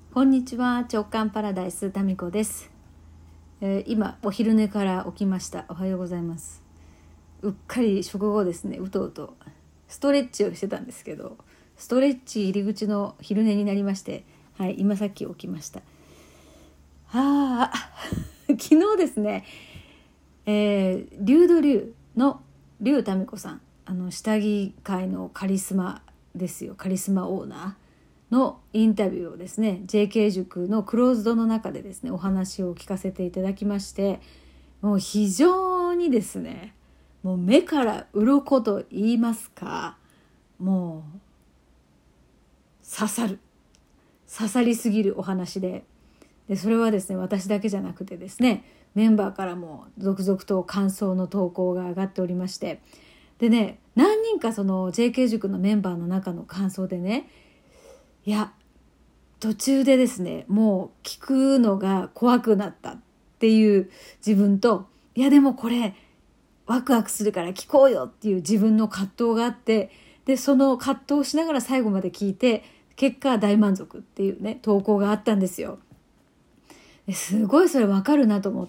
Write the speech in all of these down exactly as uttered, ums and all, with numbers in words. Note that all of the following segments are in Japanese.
こんにちは、直感パラダイスタミコです、えー、今お昼寝から起きました。おはようございます。うっかり食後ですね、うとうとストレッチをしてたんですけど、ストレッチ入り口の昼寝になりまして、はい、今さっき起きました。はあ昨日ですね、えー、リュウドリュウのリュウタミコさん、あの下着界のカリスマですよ、カリスマオーナーのインタビューをですね ジェーケー 塾のクローズドの中でですねお話を聞かせていただきまして、もう非常にですね、もう目から鱗と言いますか、もう刺さる刺さりすぎるお話で、でそれはですね私だけじゃなくてですね、メンバーからも続々と感想の投稿が上がっておりまして、でね、何人かその ジェーケー 塾のメンバーの中の感想でね、いや途中でですねもう聞くのが怖くなったっていう自分と、いやでもこれワクワクするから聞こうよっていう自分の葛藤があって、でその葛藤をしながら最後まで聞いて、結果大満足っていうね投稿があったんですよ。ですごいそれ分かるなと思って、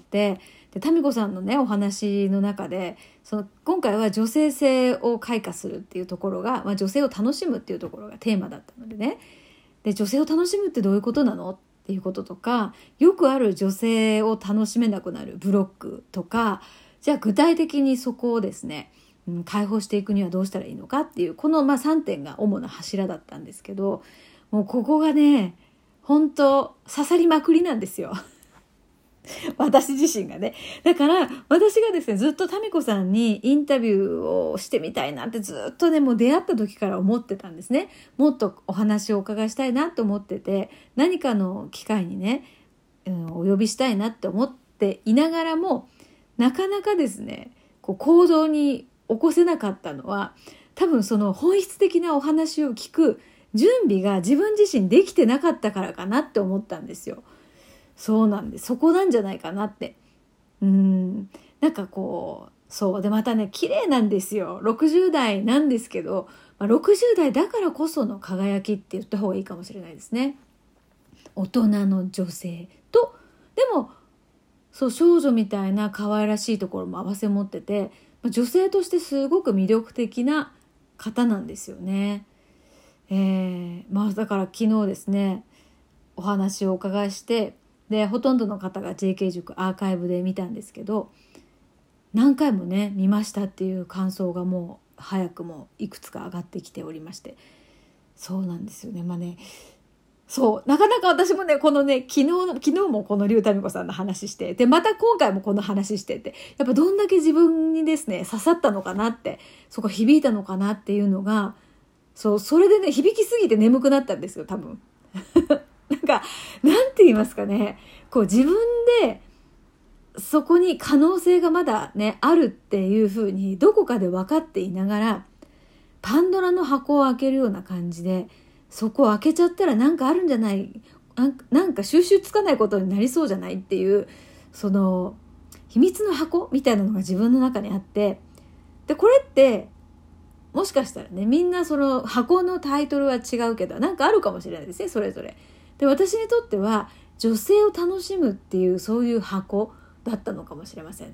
でタミコさんのねお話の中で、その今回は女性性を開花するっていうところが、まあ、女性を楽しむっていうところがテーマだったのでね、で女性を楽しむってどういうことなのっていうこととか、よくある女性を楽しめなくなるブロックとか、じゃあ具体的にそこをですね、うん、解放していくにはどうしたらいいのかっていう、このまあさんてんが主な柱だったんですけど、もうここがね本当刺さりまくりなんですよ私自身がね。だから私がですねずっとタミコさんにインタビューをしてみたいなってずっとねもう出会った時から思ってたんですね。もっとお話をお伺いしたいなと思ってて、何かの機会にね、うん、お呼びしたいなって思っていながらも、なかなかですねこう行動に起こせなかったのは、多分その本質的なお話を聞く準備が自分自身できてなかったからかなって思ったんですよ。そうなんです。そこなんじゃないかなって。うーん。なんかこう、そう。で、またね、綺麗なんですよ。ろくじゅう代なんですけど、まあ、ろくじゅう代だからこその輝きって言った方がいいかもしれないですね。大人の女性と、でも、そう、少女みたいな可愛らしいところも併せ持ってて、まあ、女性としてすごく魅力的な方なんですよね。えー、まあだから昨日ですね、お話をお伺いして、でほとんどの方が ジェーケー 塾アーカイブで見たんですけど、何回もね見ましたっていう感想がもう早くもいくつか上がってきておりまして、そうなんですよね。まあね、そうなかなか私もねこのね昨日の昨日もこのリュウタミコさんの話して、でまた今回もこの話してて、やっぱどんだけ自分にですね刺さったのかなって、そこ響いたのかなっていうのが、そうそれでね響きすぎて眠くなったんですよ多分なんかなんて言いますかね、こう自分でそこに可能性がまだねあるっていうふうにどこかで分かっていながら、パンドラの箱を開けるような感じで、そこを開けちゃったらなんかあるんじゃない、なんか収集つかないことになりそうじゃないっていう、その秘密の箱みたいなのが自分の中にあって、でこれってもしかしたらね、みんなその箱のタイトルは違うけどなんかあるかもしれないですね、それぞれ。で私にとっては女性を楽しむっていうそういう箱だったのかもしれません。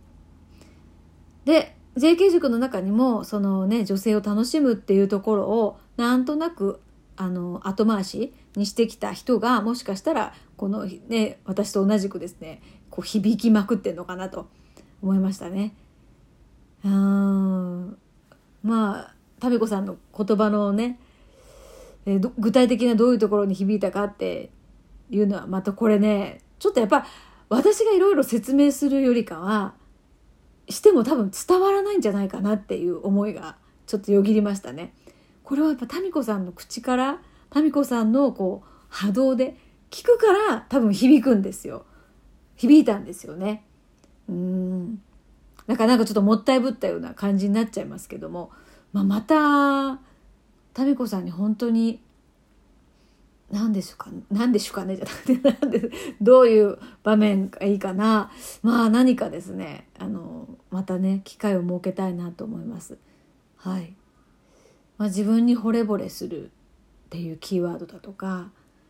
で ジェーケー 塾の中にもそのね女性を楽しむっていうところをなんとなくあの後回しにしてきた人が、もしかしたらこのね私と同じくですねこう響きまくってんのかなと思いましたね。うーん、まあタミコさんの言葉のね、えー、具体的などういうところに響いたかっていうのはまたこれね、ちょっとやっぱ私がいろいろ説明するよりかはしても多分伝わらないんじゃないかなっていう思いがちょっとよぎりましたね。これはやっぱタミコさんの口から、タミコさんのこう波動で聞くから多分響くんですよ。響いたんですよね。うーん。なんかなんかちょっともったいぶったような感じになっちゃいますけども、まあ、またタミコさんに本当に何でしょうか何でしょうかねじゃなくて、なんでどういう場面がいいかな、まあ何かですね、あのまたね機会を設けたいなと思います。はい。まあ、自分に惚れ惚れするっていうキーワードだとか、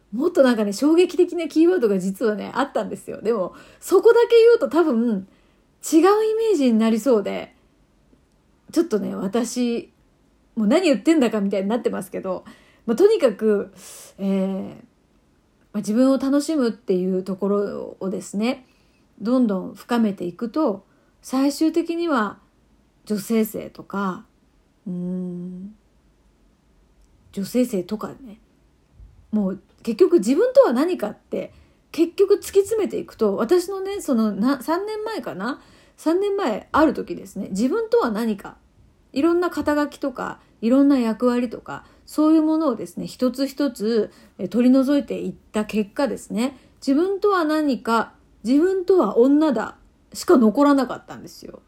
もっとなんかね衝撃的なキーワードが実はねあったんですよ。でもそこだけ言うと多分違うイメージになりそうで、ちょっとね私もう何言ってんだかみたいになってますけど、まあ、とにかく、えーまあ、自分を楽しむっていうところをですねどんどん深めていくと、最終的には女性性とかうーん女性性とかね、もう結局自分とは何かって結局突き詰めていくと、私のねそのなさんねんまえかなさんねんまえある時ですね、自分とは何か、いろんな肩書きとかいろんな役割とかそういうものをですね一つ一つ取り除いていった結果ですね、自分とは何か、自分とは女だしか残らなかったんですよ。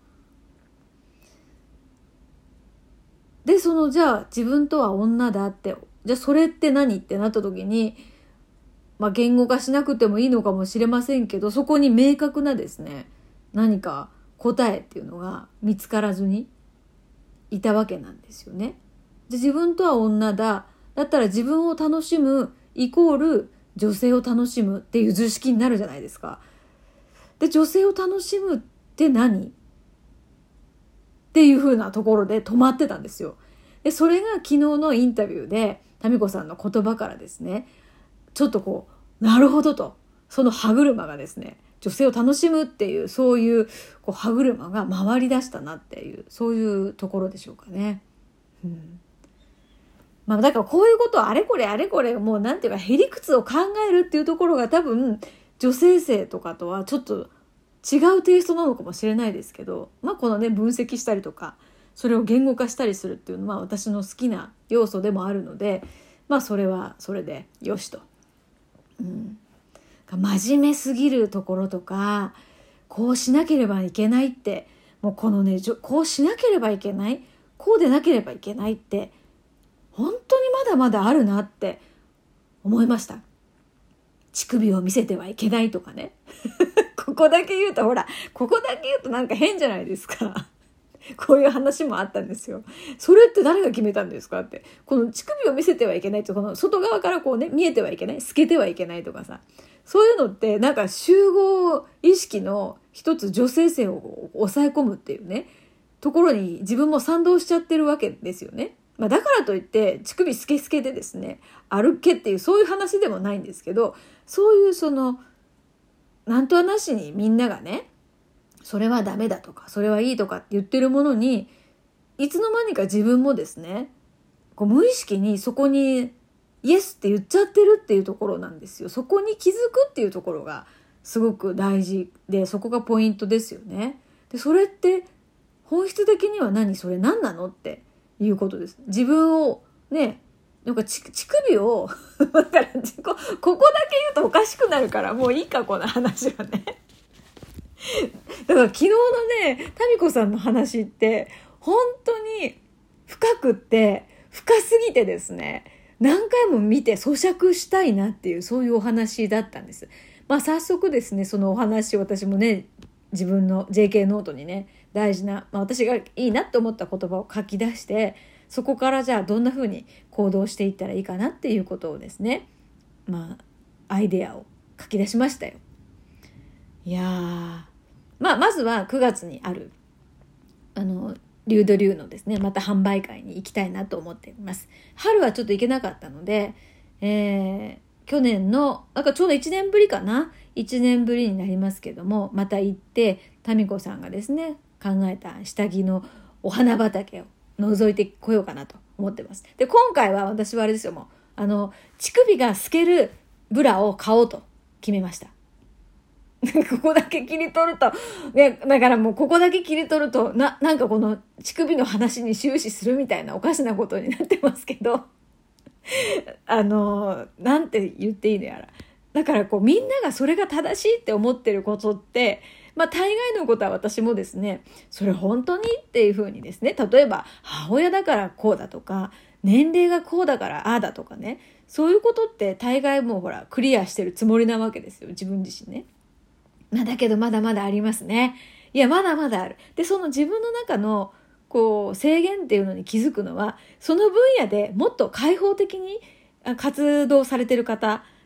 でそのじゃあ自分とは女だって、じゃあそれって何ってなった時に、まあ言語化しなくてもいいのかもしれませんけど、そこに明確なですね何か答えっていうのが見つからずにいたわけなんですよね。で自分とは女だ、だったら自分を楽しむイコール女性を楽しむっていう図式になるじゃないですか。で女性を楽しむって何っていう風なところで止まってたんですよ。でそれが昨日のインタビューで民子さんの言葉からですね、ちょっとこうなるほどと、その歯車がですね女性を楽しむっていうそういうこう歯車が回り出したなっていう、そういうところでしょうかね。うんまあ、だからこういうことをあれこれあれこれもうなんていうかへりくつを考えるっていうところが多分女性性とかとはちょっと違うテイストなのかもしれないですけど、まあこのね分析したりとかそれを言語化したりするっていうのは私の好きな要素でもあるので、まあそれはそれでよしと。うん、真面目すぎるところとか、こうしなければいけないって、もうこのねこうしなければいけない、こうでなければいけないって本当にまだまだあるなって思いました。乳首を見せてはいけないとかねここだけ言うとほらここだけ言うとなんか変じゃないですかこういう話もあったんですよ。それって誰が決めたんですかって、この乳首を見せてはいけないと、この外側からこうね見えてはいけない、透けてはいけないとかさ、そういうのってなんか集合意識の一つ女性性を抑え込むっていうねところに自分も賛同しちゃってるわけですよね。まあ、だからといって乳首スケスケでですね歩けっていうそういう話でもないんですけど、そういうそのなんとはなしにみんながねそれはダメだとかそれはいいとかって言ってるものにいつの間にか自分もですねこう無意識にそこにイエスって言っちゃってるっていうところなんですよ。そこに気づくっていうところがすごく大事で、そこがポイントですよね。でそれって本質的には何それ何なのっていうことです。自分をねなんか乳首をだからここここだけ言うとおかしくなるからもういいかこの話はねだから昨日のね民子さんの話って本当に深くって深すぎてですね何回も見て咀嚼したいなっていうそういうお話だったんです。まあ早速ですねそのお話を私もね自分の ジェーケー ノートにね大事な、まあ、私がいいなって思った言葉を書き出して、そこからじゃあどんな風に行動していったらいいかなっていうことをですねまあアイデアを書き出しましたよ。いやーまあまずはくがつにあるあのリュードリューのですねまた販売会に行きたいなと思っています。春はちょっと行けなかったので、えー、去年のなんかちょうどいちねんぶりかないちねんぶりになりますけども、また行って民子さんがですね考えた下着のお花畑を覗いてこようかなと思ってます。で今回は私はあれですよ、もうあの乳首が透けるブラを買おうと決めましたここだけ切り取ると、ね、だからもうここだけ切り取るとな、なんかこの乳首の話に終始するみたいなおかしなことになってますけどあのなんて言っていいのやら、だからこうみんながそれが正しいって思ってることってまあ大概のことは私もですねそれ本当にっていうふうにですね、例えば母親だからこうだとか年齢がこうだからああだとかね、そういうことって大概もうほらクリアしてるつもりなわけですよ自分自身ね。まあだけどまだまだありますね。いやまだまだある。でその自分の中のこう制限っていうのに気づくのはその分野でもっと開放的に活動されてる方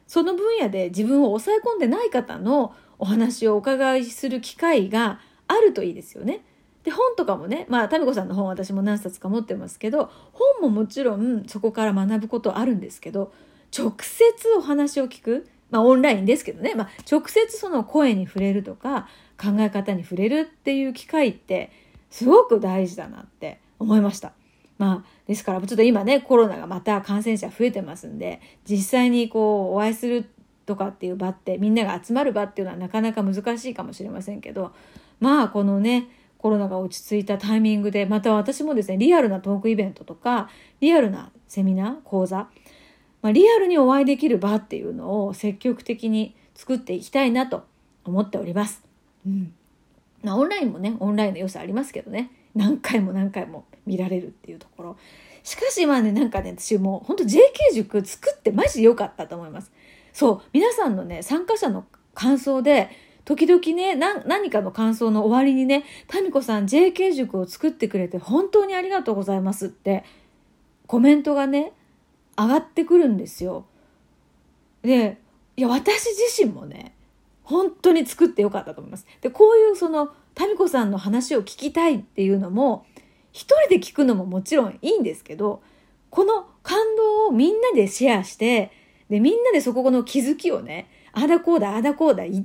その分野で自分を抑え込んでない方のお話をお伺いする機会があるといいですよね。で本とかもね、まあタミコさんの本私も何冊か持ってますけど、本ももちろんそこから学ぶことあるんですけど、直接お話を聞く、まあオンラインですけどね、まあ、直接その声に触れるとか考え方に触れるっていう機会ってすごく大事だなって思いました。まあですからちょっと今ねコロナがまた感染者増えてますんで、実際にこうお会いするとかっていう場って、みんなが集まる場っていうのはなかなか難しいかもしれませんけど、まあこのねコロナが落ち着いたタイミングで、また私もですねリアルなトークイベントとかリアルなセミナー講座、まあ、リアルにお会いできる場っていうのを積極的に作っていきたいなと思っております。うん。まあオンラインもねオンラインの良さありますけどね、何回も何回も見られるっていうところ。しかしまあねなんかね私もう本当 ジェーケー 塾作ってマジで良かったと思います。そう皆さんのね参加者の感想で時々ねな何かの感想の終わりにね、タミコさん ジェーケー 塾を作ってくれて本当にありがとうございますってコメントがね上がってくるんですよ。でいや私自身もね本当に作ってよかったと思います。でこういうそのタミコさんの話を聞きたいっていうのも一人で聞くのももちろんいいんですけど、この感動をみんなでシェアして、でみんなでそこの気づきをねああだこうだああだこうだ言って、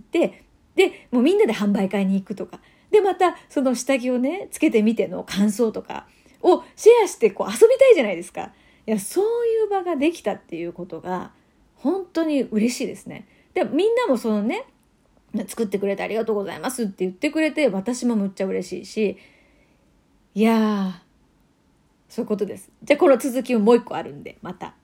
でもうみんなで販売会に行くとかで、またその下着をねつけてみての感想とかをシェアしてこう遊びたいじゃないですか。いやそういう場ができたっていうことが本当に嬉しいですね。でみんなもそのね作ってくれてありがとうございますって言ってくれて、私もむっちゃ嬉しいし、いやーそういうことです。じゃあこの続きももう一個あるんでまた